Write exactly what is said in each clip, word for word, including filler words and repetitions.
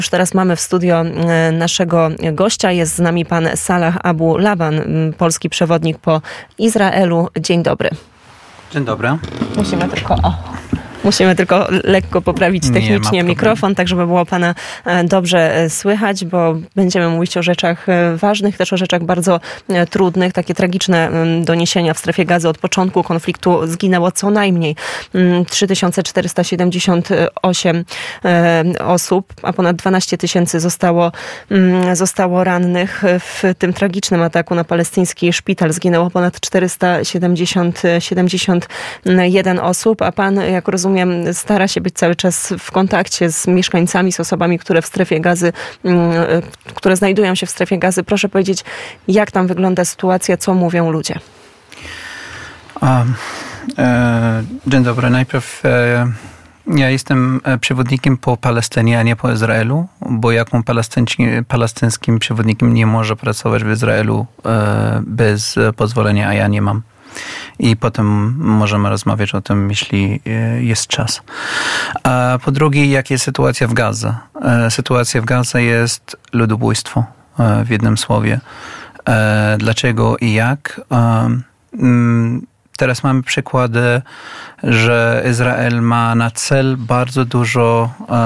Już teraz mamy w studio naszego gościa. Jest z nami pan Salah Abu Laban, polski przewodnik po Izraelu. Dzień dobry. Dzień dobry. Musimy tylko... O. Musimy tylko lekko poprawić technicznie mikrofon, tak żeby było pana dobrze słychać, bo będziemy mówić o rzeczach ważnych, też o rzeczach bardzo trudnych. Takie tragiczne doniesienia w strefie Gazy. Od początku konfliktu zginęło co najmniej trzy tysiące czterysta siedemdziesiąt osiem osób, a ponad dwanaście tysięcy zostało, zostało rannych. W tym tragicznym ataku na palestyński szpital zginęło ponad czterysta siedemdziesiąt jeden osób, a pan, jak rozumiem, stara się być cały czas w kontakcie z mieszkańcami, z osobami, które w strefie Gazy, które znajdują się w strefie Gazy. Proszę powiedzieć, jak tam wygląda sytuacja, co mówią ludzie? Um, e, dzień dobry. Najpierw e, ja jestem przewodnikiem po Palestynie, a nie po Izraelu, bo jaką palestyńskim przewodnikiem nie może pracować w Izraelu e, bez pozwolenia, a ja nie mam. I potem możemy rozmawiać o tym, jeśli jest czas. A po drugie, jaka jest sytuacja w Gazie? Sytuacja w Gazie jest ludobójstwo, w jednym słowie. Dlaczego i jak? Teraz mamy przykłady, że Izrael ma na cel bardzo dużo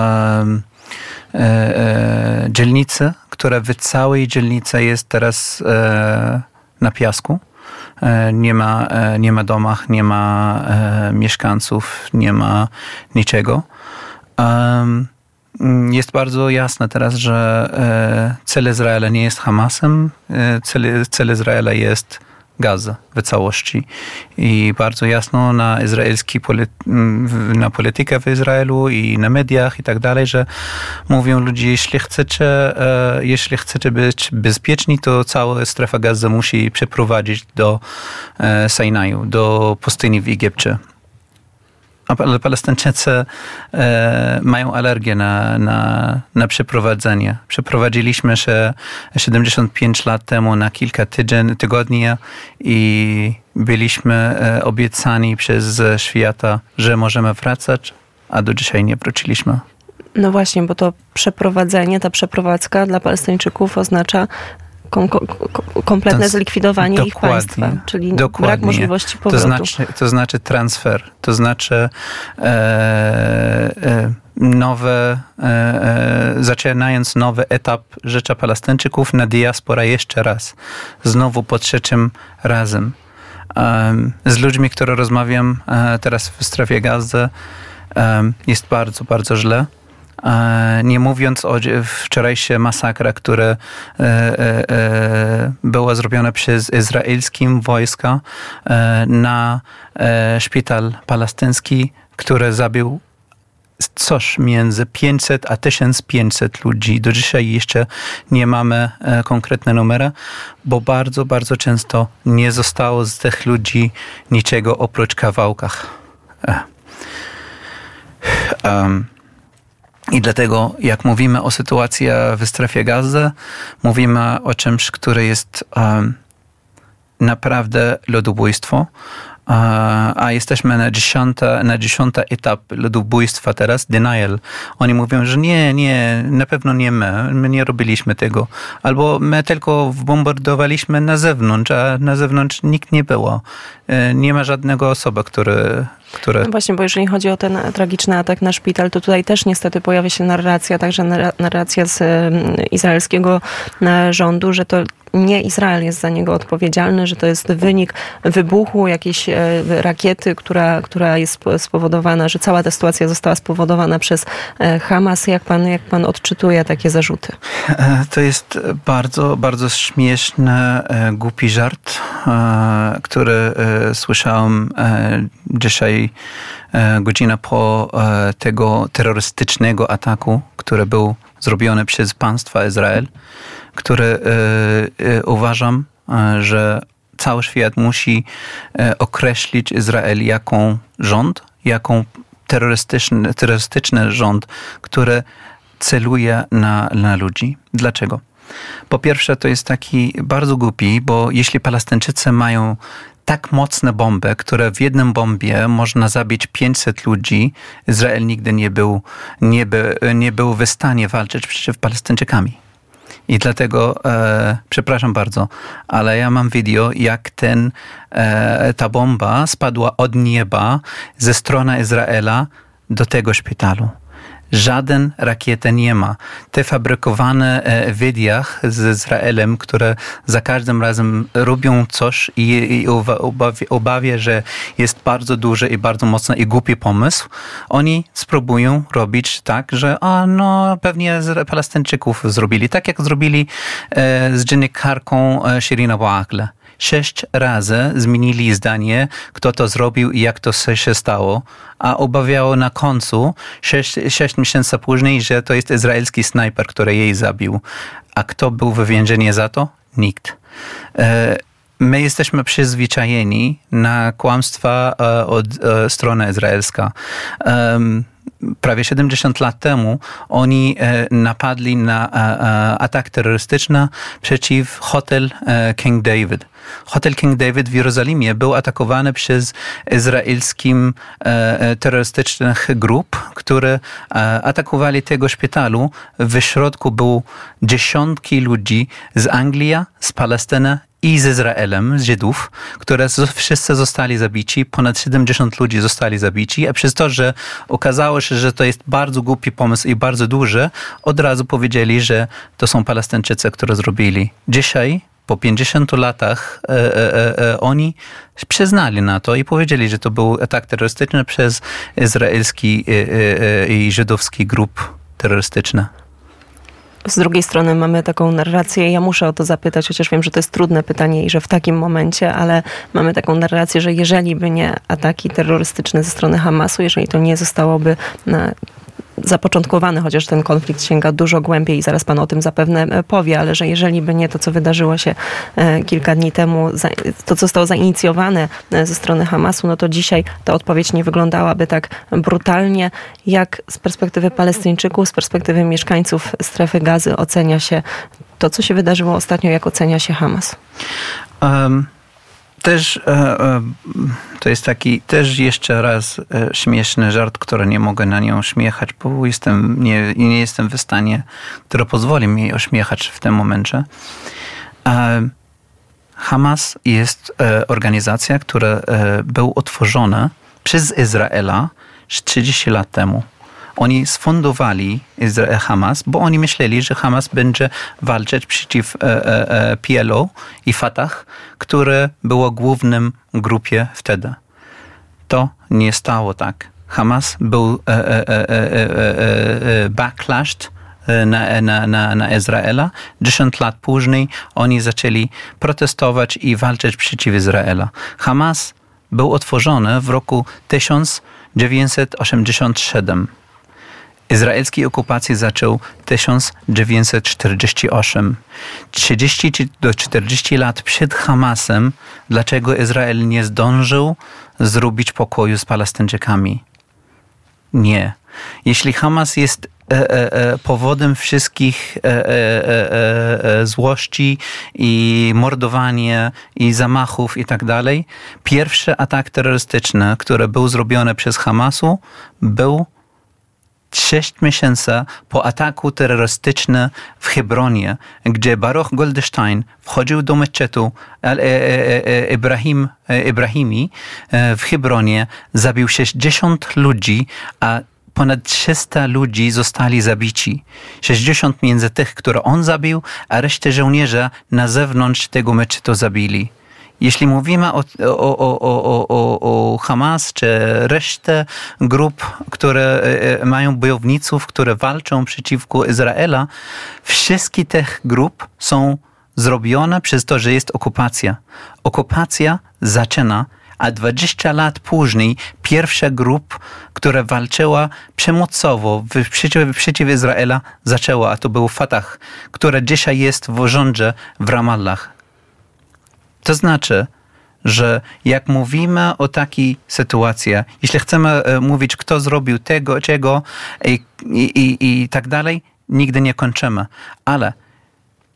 dzielnicy, która w całej dzielnicy jest teraz na piasku. Nie ma, nie ma domach, nie ma e, mieszkańców, nie ma niczego. Um, jest bardzo jasne teraz, że e, cel Izraela nie jest Hamasem, e, cel, cel Izraela jest Gaza w całości. I bardzo jasno na izraelski polity- na politykę w Izraelu i na mediach i tak dalej, że mówią ludzie, jeśli chcecie, e, jeśli chcecie być bezpieczni, to cała strefa Gaza musi przeprowadzić do e, Sinaju, do pustyni w Egipcie. Ale Palestyńczycy e, mają alergię na, na, na przeprowadzenie. Przeprowadziliśmy się siedemdziesiąt pięć lat temu na kilka tydzień, tygodni i byliśmy e, obiecani przez świata, że możemy wracać, a do dzisiaj nie wróciliśmy. No właśnie, bo to przeprowadzenie, ta przeprowadzka dla Palestyńczyków oznacza Kom- kom- kompletne Ten, zlikwidowanie ich państwa, czyli dokładnie. Brak możliwości powrotu. To znaczy, to znaczy transfer, to znaczy e, e, nowe, e, e, zaczynając nowy etap życia Palestyńczyków na diaspora jeszcze raz, znowu po trzecim razem. E, z ludźmi, które rozmawiam e, teraz w strefie Gazy, e, jest bardzo, bardzo źle. Nie mówiąc o wczorajszej masakra, która e, e, e, była zrobiona przez izraelskie wojska e, na e, szpital palestyński, który zabił coś między pięćset a tysiąc pięćset ludzi. Do dzisiaj jeszcze nie mamy e, konkretne numery, bo bardzo, bardzo często nie zostało z tych ludzi niczego oprócz kawałkach. E. Um, I dlatego, jak mówimy o sytuacji w strefie Gazy, mówimy o czymś, które jest um, naprawdę ludobójstwo, a jesteśmy na dziesiąty, na dziesiąty etap ludobójstwa teraz, denial. Oni mówią, że nie, nie, na pewno nie my, my nie robiliśmy tego. Albo my tylko bombardowaliśmy na zewnątrz, a na zewnątrz nikt nie było. Nie ma żadnego osoby, który... które... No właśnie, bo jeżeli chodzi o ten tragiczny atak na szpital, to tutaj też niestety pojawia się narracja, także narracja z izraelskiego rządu, że to nie Izrael jest za niego odpowiedzialny, że to jest wynik wybuchu jakiejś rakiety, która, która jest spowodowana, że cała ta sytuacja została spowodowana przez Hamas. Jak pan, jak pan odczytuje takie zarzuty? To jest bardzo, bardzo śmieszny, głupi żart, który słyszałem dzisiaj godzinę po tego terrorystycznego ataku, który był zrobiony przez państwo Izrael, który uważam, że cały świat musi określić Izrael jako rząd, jako terrorystyczny, terrorystyczny rząd, który celuje na, na ludzi. Dlaczego? Po pierwsze, to jest taki bardzo głupi, bo jeśli Palestyńczycy mają tak mocne bomby, które w jednym bombie można zabić pięćset ludzi. Izrael nigdy nie był, nie, by, nie był w stanie walczyć przeciw Palestyńczykami. I dlatego, e, przepraszam bardzo, ale ja mam video, jak ten, e, ta bomba spadła od nieba ze strony Izraela do tego szpitalu. Żaden rakiety nie ma. Te fabrykowane w Indiach z Izraelem, które za każdym razem robią coś i, i obawia, obawia, że jest bardzo duży i bardzo mocny i głupi pomysł, oni spróbują robić tak, że a no pewnie z Palestyńczyków zrobili. Tak jak zrobili e, z dziennikarką Shirin Abu Akleh. Sześć razy zmienili zdanie, kto to zrobił i jak to się stało, a obawiało na końcu, sześć, sześć miesięcy później, że to jest izraelski snajper, który jej zabił. A kto był w więzieniu za to? Nikt. My jesteśmy przyzwyczajeni na kłamstwa od strony izraelska. Prawie siedemdziesiąt lat temu oni napadli na atak terrorystyczny przeciw hotel King David. Hotel King David w Jerozolimie był atakowany przez izraelskim terrorystycznych grup, które atakowali tego szpitalu. W środku było dziesiątki ludzi z Anglii, z Palestyny i z Izraelem, z Żydów, które wszyscy zostali zabici, ponad siedemdziesiąt ludzi zostali zabici, a przez to, że okazało się, że to jest bardzo głupi pomysł i bardzo duży, od razu powiedzieli, że to są Palestyńczycy, którzy zrobili. Dzisiaj, po pięćdziesięciu latach, e, e, e, oni przyznali na to i powiedzieli, że to był atak terrorystyczny przez izraelski e, e, i żydowski grup terrorystyczny. Z drugiej strony mamy taką narrację, ja muszę o to zapytać, chociaż wiem, że to jest trudne pytanie i że w takim momencie, ale mamy taką narrację, że jeżeli by nie ataki terrorystyczne ze strony Hamasu, jeżeli to nie zostałoby na zapoczątkowany, chociaż ten konflikt sięga dużo głębiej i zaraz pan o tym zapewne powie, ale że jeżeli by nie to, co wydarzyło się kilka dni temu, to, co zostało zainicjowane ze strony Hamasu, no to dzisiaj ta odpowiedź nie wyglądałaby tak brutalnie. Jak z perspektywy Palestyńczyków, z perspektywy mieszkańców strefy Gazy ocenia się to, co się wydarzyło ostatnio, jak ocenia się Hamas? Um. Też to jest taki też jeszcze raz śmieszny żart, który nie mogę na nią śmiechać, bo jestem, nie, nie jestem w stanie, który pozwoli mi ośmiechać w tym momencie. Hamas jest organizacja, która była utworzona przez Izraela trzydzieści lat temu. Oni sfundowali Hamas, bo oni myśleli, że Hamas będzie walczyć przeciw P L O i Fatah, które było głównym grupie wtedy. To nie stało tak. Hamas był backlashed na, na, na, na Izraela. Dziesięć lat później oni zaczęli protestować i walczyć przeciw Izraela. Hamas był utworzony w roku tysiąc dziewięćset osiemdziesiątym siódmym. Izraelskiej okupacji zaczął tysiąc dziewięćset czterdziesty ósmy. trzydzieści do czterdziestu lat przed Hamasem, dlaczego Izrael nie zdążył zrobić pokoju z Palestyńczykami? Nie. Jeśli Hamas jest e, e, powodem wszystkich e, e, e, złości i mordowania i zamachów i tak dalej, pierwszy atak terrorystyczny, który był zrobiony przez Hamasu, był sześć miesięcy po ataku terrorystycznym w Hebronie, gdzie Baruch Goldstein wchodził do meczetu Ibrahim, Ibrahimi w Hebronie, zabił sześćdziesiąt ludzi, a ponad trzysta ludzi zostali zabici. sześćdziesiąt między tych, które on zabił, a resztę żołnierza na zewnątrz tego meczetu zabili. Jeśli mówimy o, o, o, o, o, o Hamas czy resztę grup, które mają bojowników, które walczą przeciwko Izraela, wszystkie tych grup są zrobione przez to, że jest okupacja. Okupacja zaczyna, a dwadzieścia lat później pierwsza grupa, która walczyła przemocowo przeciw, przeciw Izraela, zaczęła, a to był Fatah, która dzisiaj jest w rządzie w Ramallah. To znaczy, że jak mówimy o takiej sytuacji, jeśli chcemy mówić, kto zrobił tego, czego i, i, i tak dalej, nigdy nie kończymy. Ale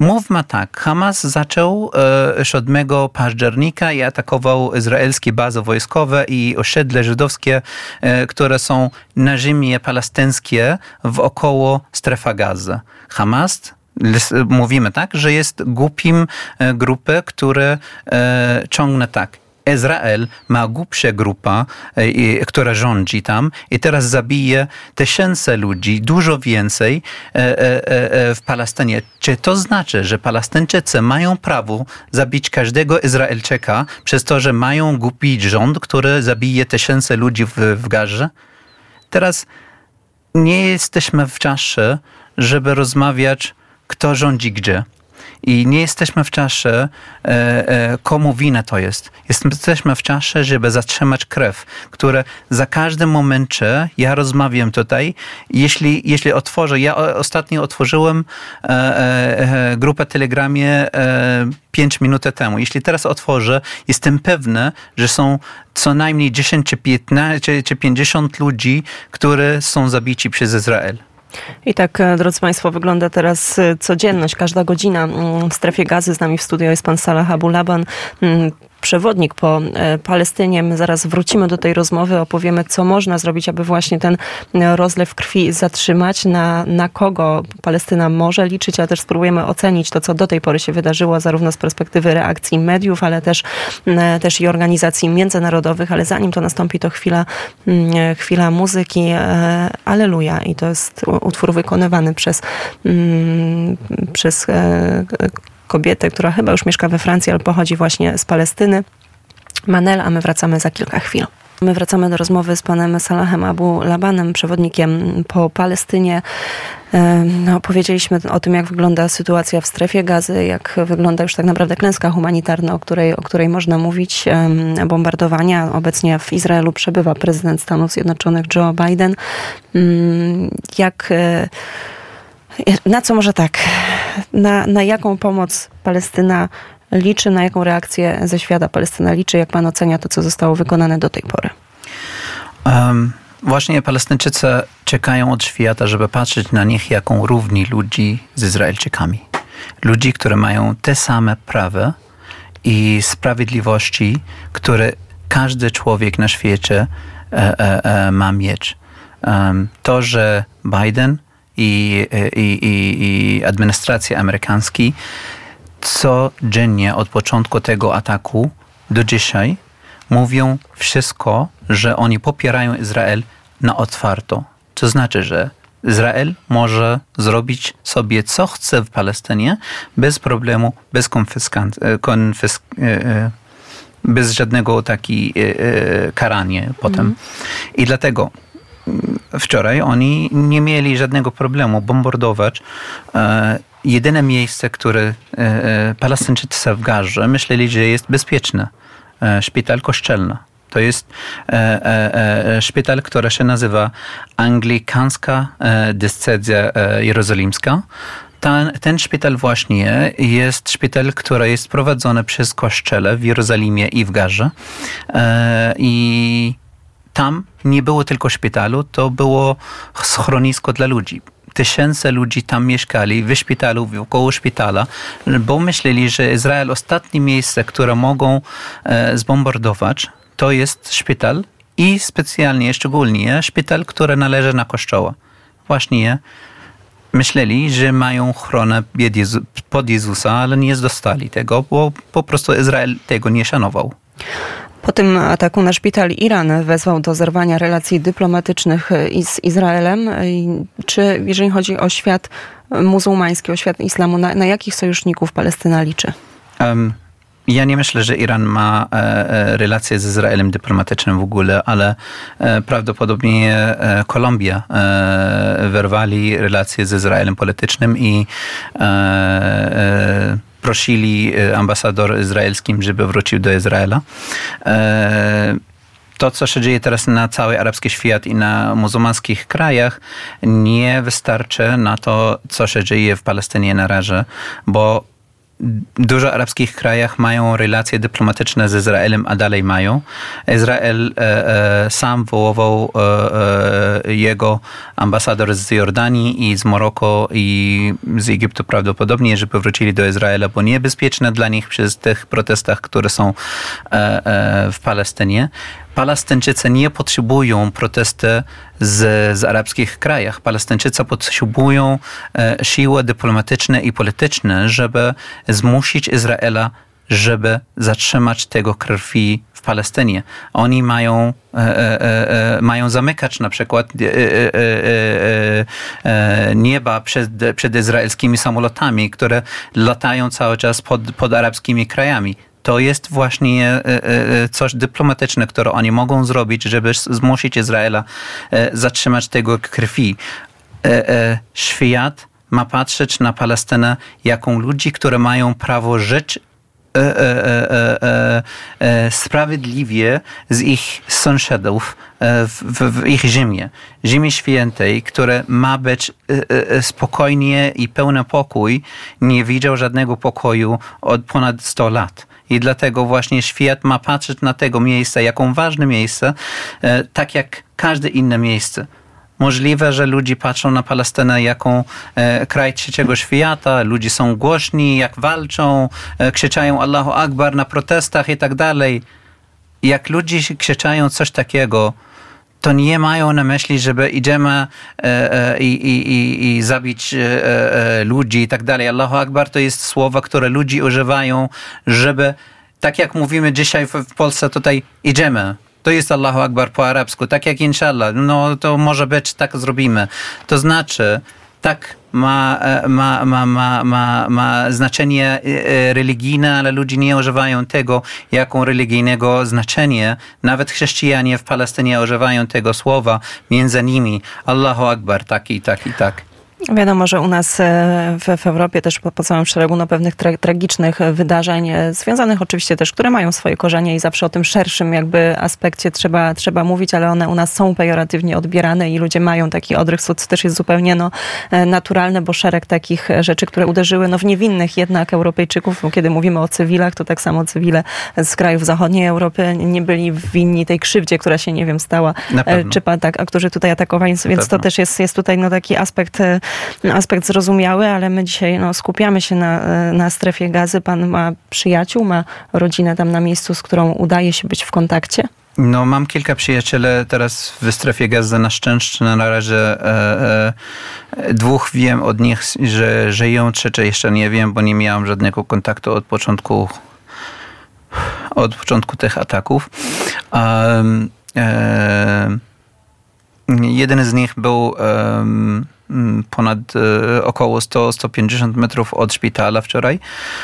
Mówmy tak, Hamas zaczął e, siódmego października i atakował izraelskie bazy wojskowe i osiedle żydowskie, e, które są na ziemi palestyńskie wokoło strefy Gazy. Hamas, mówimy tak, że jest głupim e, grupy, które e, ciągnie tak. Izrael ma głupsza grupa, e, która rządzi tam i teraz zabije tysiące ludzi, dużo więcej e, e, w Palestynie. Czy to znaczy, że Palestyńczycy mają prawo zabić każdego Izraelczyka przez to, że mają głupi rząd, który zabije tysiące ludzi w, w Gazie? Teraz nie jesteśmy w czasie, żeby rozmawiać, kto rządzi gdzie. I nie jesteśmy w czasie, e, e, komu wina to jest. Jesteśmy w czasie, żeby zatrzymać krew, która za każdym momencie, ja rozmawiam tutaj, jeśli, jeśli otworzę, ja ostatnio otworzyłem e, e, grupę Telegramie e, pięć minut temu. Jeśli teraz otworzę, jestem pewny, że są co najmniej dziesięć czy piętnaście czy pięćdziesiąt ludzi, którzy są zabici przez Izrael. I tak, drodzy Państwo, wygląda teraz codzienność, każda godzina w strefie Gazy. Z nami w studio jest pan Salah Abu Laban, przewodnik po Palestynie. My zaraz wrócimy do tej rozmowy, opowiemy, co można zrobić, aby właśnie ten rozlew krwi zatrzymać, na, na kogo Palestyna może liczyć, ale też spróbujemy ocenić to, co do tej pory się wydarzyło, zarówno z perspektywy reakcji mediów, ale też, też i organizacji międzynarodowych. Ale zanim to nastąpi, to chwila, chwila muzyki. Alleluja. I to jest utwór wykonywany przez, przez kobietę, która chyba już mieszka we Francji, ale pochodzi właśnie z Palestyny. Manel, a my wracamy za kilka chwil. My wracamy do rozmowy z panem Salahem Abu Labanem, przewodnikiem po Palestynie. No, powiedzieliśmy o tym, jak wygląda sytuacja w strefie Gazy, jak wygląda już tak naprawdę klęska humanitarna, o której, o której można mówić, bombardowania. Obecnie w Izraelu przebywa prezydent Stanów Zjednoczonych Joe Biden. Jak... Na co może tak? Na, na jaką pomoc Palestyna liczy, na jaką reakcję ze świata Palestyna liczy? Jak pan ocenia to, co zostało wykonane do tej pory? Um, właśnie Palestyńczycy czekają od świata, żeby patrzeć na nich jako równi ludzi z Izraelczykami. Ludzi, które mają te same prawa i sprawiedliwości, które każdy człowiek na świecie e, e, e, ma mieć. Um, to, że Biden I, i, i administracja amerykańska codziennie od początku tego ataku do dzisiaj mówią wszystko, że oni popierają Izrael na otwarto. To znaczy, że Izrael może zrobić sobie co chce w Palestynie bez problemu, bez konfiskant, konfisk, bez żadnego takiego karania potem. Mm. I dlatego wczoraj oni nie mieli żadnego problemu bombardować e, jedyne miejsce, które e, Palestyńczycy w Gazie myśleli, że jest bezpieczne. E, szpital kościelny. To jest e, e, e, szpital, który się nazywa Anglikańska e, Dyecezja e, Jerozolimska. Ten, ten szpital właśnie jest szpital, który jest prowadzony przez kościele w Jerozolimie i w Gazie. E, I tam nie było tylko szpitalu, to było schronisko dla ludzi. Tysiące ludzi tam mieszkali w szpitalu, wokół szpitala, bo myśleli, że Izrael ostatnie miejsce, które mogą e, zbombardować, to jest szpital i specjalnie, szczególnie szpital, który należy na kościoła. Właśnie myśleli, że mają ochronę pod Jezusa, ale nie dostali tego, bo po prostu Izrael tego nie szanował. Po tym ataku na szpital Iran wezwał do zerwania relacji dyplomatycznych z Izraelem. Czy jeżeli chodzi o świat muzułmański, o świat islamu, na, na jakich sojuszników Palestyna liczy? Um, ja nie myślę, że Iran ma e, relacje z Izraelem dyplomatycznym w ogóle, ale e, prawdopodobnie e, Kolumbia e, wyrwali relacje z Izraelem politycznym i e, e, prosili ambasador izraelskim, żeby wrócił do Izraela. To, co się dzieje teraz na cały arabski świat i na muzułmańskich krajach, nie wystarczy na to, co się dzieje w Palestynie na razie, bo dużo arabskich krajach mają relacje dyplomatyczne z Izraelem, a dalej mają. Izrael e, e, sam woływał e, e, jego ambasador z Jordanii i z Maroko i z Egiptu prawdopodobnie, żeby wrócili do Izraela, bo niebezpieczne dla nich przez tych protestach, które są e, e, w Palestynie. Palestyńczycy nie potrzebują protesty z, z arabskich krajach. Palestyńczycy potrzebują e, siły dyplomatyczne i polityczne, żeby zmusić Izraela, żeby zatrzymać tego krwi w Palestynie. Oni mają, e, e, e, mają zamykać na przykład e, e, e, e, nieba przed, przed izraelskimi samolotami, które latają cały czas pod, pod arabskimi krajami. To jest właśnie coś dyplomatyczne, które oni mogą zrobić, żeby zmusić Izraela zatrzymać tego krwi. Świat ma patrzeć na Palestynę jako ludzi, którzy mają prawo żyć sprawiedliwie z ich sąsiadów w, w, w ich ziemię. Ziemi świętej, które ma być spokojnie i pełny pokój, nie widział żadnego pokoju od ponad sto lat. I dlatego właśnie świat ma patrzeć na tego miejsca jako ważne miejsce, tak jak każde inne miejsce. Możliwe, że ludzie patrzą na Palestynę jako e, kraj trzeciego świata, ludzie są głośni, jak walczą, e, krzyczają Allahu Akbar na protestach i tak dalej. Jak ludzie krzyczają coś takiego, to nie mają na myśli, że idziemy e, e, i, i, i zabić e, e, ludzi i tak dalej. Allahu Akbar to jest słowa, które ludzie używają, żeby, tak jak mówimy dzisiaj w, w Polsce, tutaj idziemy. To jest Allahu Akbar po arabsku, tak jak inshallah, no to może być, tak zrobimy. To znaczy, tak ma, ma, ma, ma, ma, ma znaczenie religijne, ale ludzie nie używają tego jako religijnego znaczenia. Nawet chrześcijanie w Palestynie używają tego słowa między nimi. Allahu Akbar, tak i tak i tak. Wiadomo, że u nas w, w Europie też po, po całym szeregu no, pewnych tra- tragicznych wydarzeń związanych oczywiście też, które mają swoje korzenie i zawsze o tym szerszym jakby aspekcie trzeba, trzeba mówić, ale one u nas są pejoratywnie odbierane i ludzie mają taki odruch, co też jest zupełnie no, naturalne, bo szereg takich rzeczy, które uderzyły no, w niewinnych jednak Europejczyków, bo kiedy mówimy o cywilach, to tak samo cywile z krajów zachodniej Europy nie byli winni tej krzywdzie, która się, nie wiem, stała, czy tak, a którzy tutaj atakowali, więc to też jest, jest tutaj no, taki aspekt aspekt zrozumiały, ale my dzisiaj no, skupiamy się na, na strefie Gazy. Pan ma przyjaciół, ma rodzinę tam na miejscu, z którą udaje się być w kontakcie? No, mam kilka przyjaciół teraz w strefie Gazy. Na szczęście na razie e, e, dwóch wiem od nich, że żyją, trzecie jeszcze nie wiem, bo nie miałam żadnego kontaktu od początku od początku tych ataków. Um, e, jeden z nich był um, ponad e, około sto do stu pięćdziesięciu metrów od szpitala wczoraj.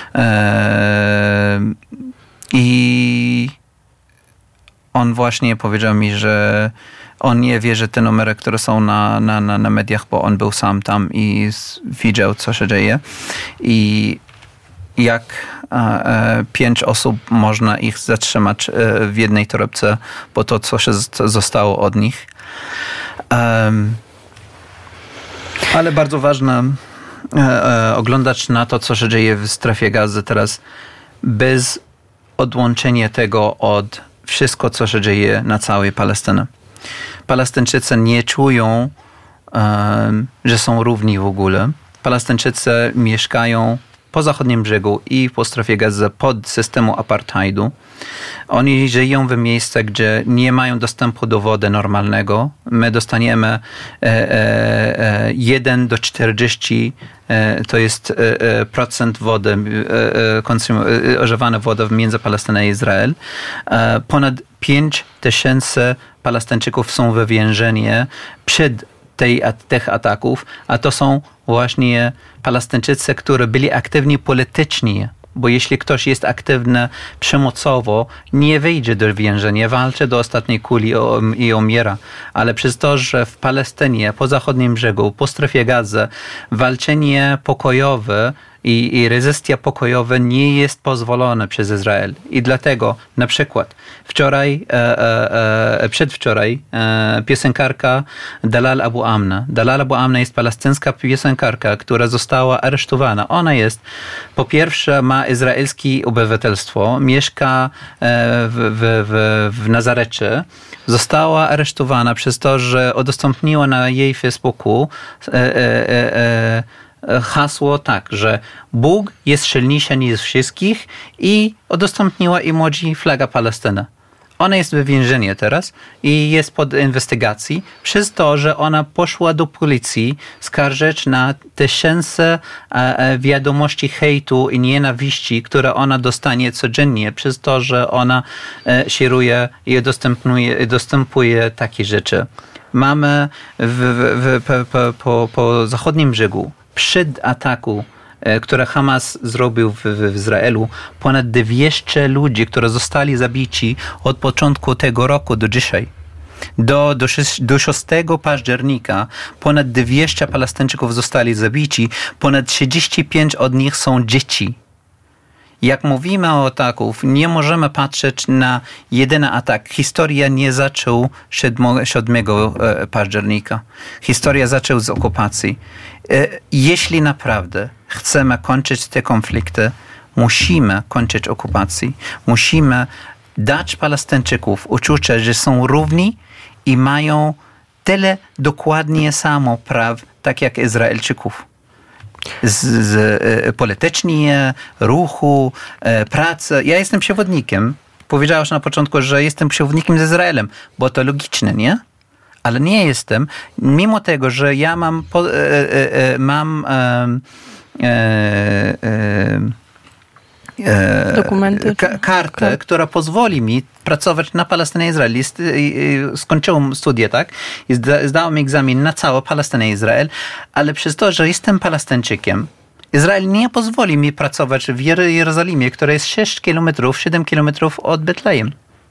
E, I on właśnie powiedział mi, że on nie wierzy te numery, które są na, na, na, na mediach, bo on był sam tam i widział, co się dzieje. I jak e, pięć osób można ich zatrzymać e, w jednej torebce, po to, co się z, zostało od nich. Um, ale bardzo ważne e, e, oglądać na to, co się dzieje w strefie Gazy teraz, bez odłączenia tego od wszystko, co się dzieje na całej Palestynie. Palestyńczycy nie czują, e, że są równi w ogóle. Palestyńczycy mieszkają po zachodnim brzegu i po strefie Gazy pod systemu apartheidu. Oni żyją w miejscach, gdzie nie mają dostępu do wody normalnego. My dostaniemy e, e, jeden do czterdziestu, e, to jest e, procent wody, e, konsum, e, używane wody między Palestyną i Izrael. E, ponad pięć tysięcy Palestyńczyków są w więzieniu przed tej, tych ataków, a to są właśnie Palestyńczycy, którzy byli aktywni politycznie, bo jeśli ktoś jest aktywny przemocowo, nie wyjdzie do więzienia, walczy do ostatniej kuli i umiera. Ale przez to, że w Palestynie, po zachodnim brzegu, po strefie Gazy, walczenie pokojowe i, i rezystia pokojowa nie jest pozwolona przez Izrael. I dlatego na przykład wczoraj, e, e, e, przedwczoraj e, piosenkarka Dalal Abu Amna. Dalal Abu Amna jest palestyńska piosenkarka, która została aresztowana. Ona jest, po pierwsze, ma izraelskie obywatelstwo, mieszka w, w, w, w Nazarecie. Została aresztowana przez to, że udostępniła na jej Facebooku e, e, e, hasło tak, że Bóg jest silniejszy niż wszystkich i udostępniła emoji flaga Palestyny. Ona jest w więzieniu teraz i jest pod inwestygacji przez to, że ona poszła do policji skarżyć na tysiące wiadomości hejtu i nienawiści, które ona dostanie codziennie przez to, że ona szeruje i udostępniuje, dostępuje takie rzeczy. Mamy w, w, w, po, po, po zachodnim brzegu przed ataku, które Hamas zrobił w, w Izraelu, ponad dwieście ludzi, którzy zostali zabici od początku tego roku do dzisiaj. Do, do, do szóstego października ponad dwieście Palestyńczyków zostali zabici, ponad trzydzieści pięć od nich są dzieci. Jak mówimy o atakach, nie możemy patrzeć na jedyny atak. Historia nie zaczął siódmego października. Historia zaczął z okupacji. Jeśli naprawdę chcemy kończyć te konflikty, musimy kończyć okupację. Musimy dać Palestyńczyków uczucie, że są równi i mają tyle dokładnie samo praw, tak jak Izraelczyków. Z, z politycznie, ruchu, pracy. Ja jestem przewodnikiem. Powiedziałeś na początku, że jestem przewodnikiem z Izraelem, bo to logiczne, nie? Ale nie jestem, mimo tego, że ja mam, po, e, e, mam e, e, e, dokumenty, ka- kartę, tak, która pozwoli mi pracować na Palestynie i Izrael. Jest, skończyłem studia, tak? I zda, zdałem egzamin na całą Palestynę i Izrael, ale przez to, że jestem Palestyńczykiem, Izrael nie pozwoli mi pracować w Jerozolimie, która jest sześć kilometrów, siedem kilometrów od Betlejem.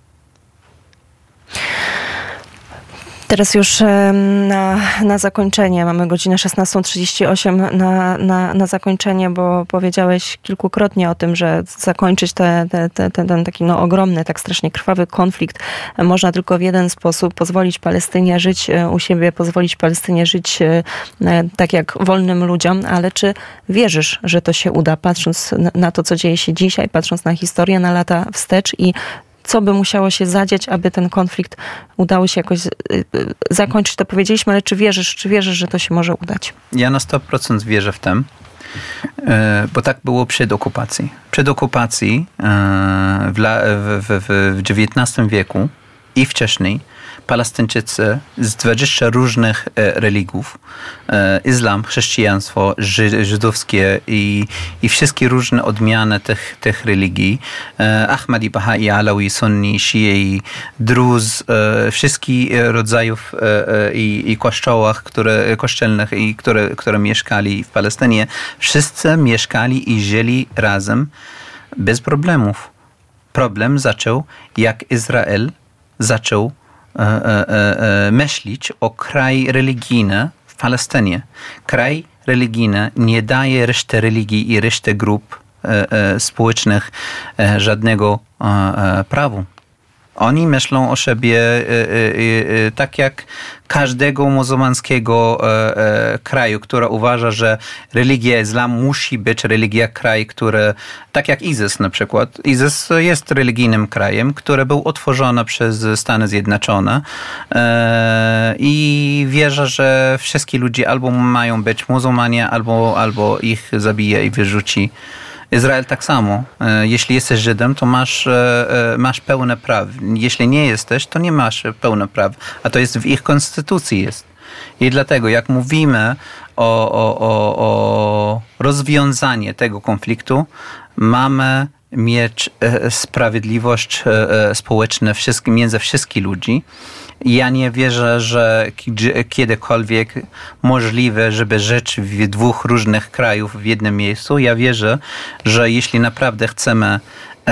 Teraz już na, na zakończenie. Mamy godzinę szesnastą trzydzieści osiem na, na, na zakończenie, bo powiedziałeś kilkukrotnie o tym, że zakończyć te, te, te, ten taki no, ogromny, tak strasznie krwawy konflikt można tylko w jeden sposób: pozwolić Palestynie żyć u siebie, pozwolić Palestynie żyć tak jak wolnym ludziom. Ale czy wierzysz, że to się uda, patrząc na to, co dzieje się dzisiaj, patrząc na historię na lata wstecz i co by musiało się zadziać, aby ten konflikt udało się jakoś zakończyć? To powiedzieliśmy, ale czy wierzysz, czy wierzysz, że to się może udać? Ja na sto procent wierzę w tym, bo tak było przed okupacją. Przed okupacją w, w, w, w dziewiętnastym wieku i wcześniej Palestyńczycy z dwudziestu różnych religiów, islam, chrześcijaństwo, żydowskie i, i wszystkie różne odmiany tych, tych religii, Ahmadi, Bahai, Alawi, Sunni, Shii, Druz, wszystkich rodzajów i, i kościołach, które, kościelnych, i które, które mieszkali w Palestynie, wszyscy mieszkali i żyli razem bez problemów. Problem zaczął, jak Izrael zaczął myśleć o kraju religijnym w Palestynie. Kraj religijny nie daje reszty religii i reszty grup społecznych żadnego prawa. Oni myślą o siebie tak jak każdego muzułmańskiego kraju, który uważa, że religia islam musi być religia kraju, który, tak jak ISIS na przykład. ISIS jest religijnym krajem, który był utworzony przez Stany Zjednoczone i wierzy, że wszyscy ludzie albo mają być muzułmanie, albo, albo ich zabije i wyrzuci. Izrael tak samo. Jeśli jesteś Żydem, to masz, masz pełne praw. Jeśli nie jesteś, to nie masz pełne praw. A to jest w ich konstytucji jest. I dlatego, jak mówimy o, o, o, o rozwiązaniu tego konfliktu, mamy mieć sprawiedliwość społeczną między wszystkich ludzi. Ja nie wierzę, że kiedykolwiek możliwe, żeby żyć w dwóch różnych krajach w jednym miejscu. Ja wierzę, że jeśli naprawdę chcemy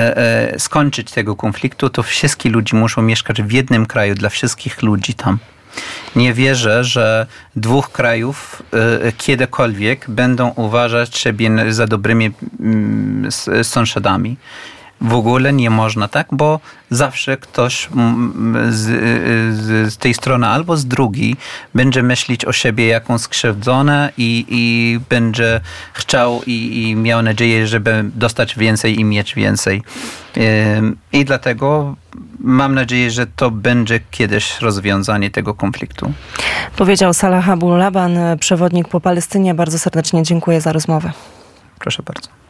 skończyć tego konfliktu, to wszyscy ludzie muszą mieszkać w jednym kraju dla wszystkich ludzi tam. Nie wierzę, że dwóch krajów y, kiedykolwiek będą uważać siebie za dobrymi y, sąsiadami. W ogóle nie można tak, bo zawsze ktoś z, z, z tej strony albo z drugiej będzie myśleć o siebie jako skrzywdzone i, i będzie chciał i, i miał nadzieję, żeby dostać więcej i mieć więcej. I dlatego mam nadzieję, że to będzie kiedyś rozwiązanie tego konfliktu. Powiedział Salah Abu Laban, przewodnik po Palestynie. Bardzo serdecznie dziękuję za rozmowę. Proszę bardzo.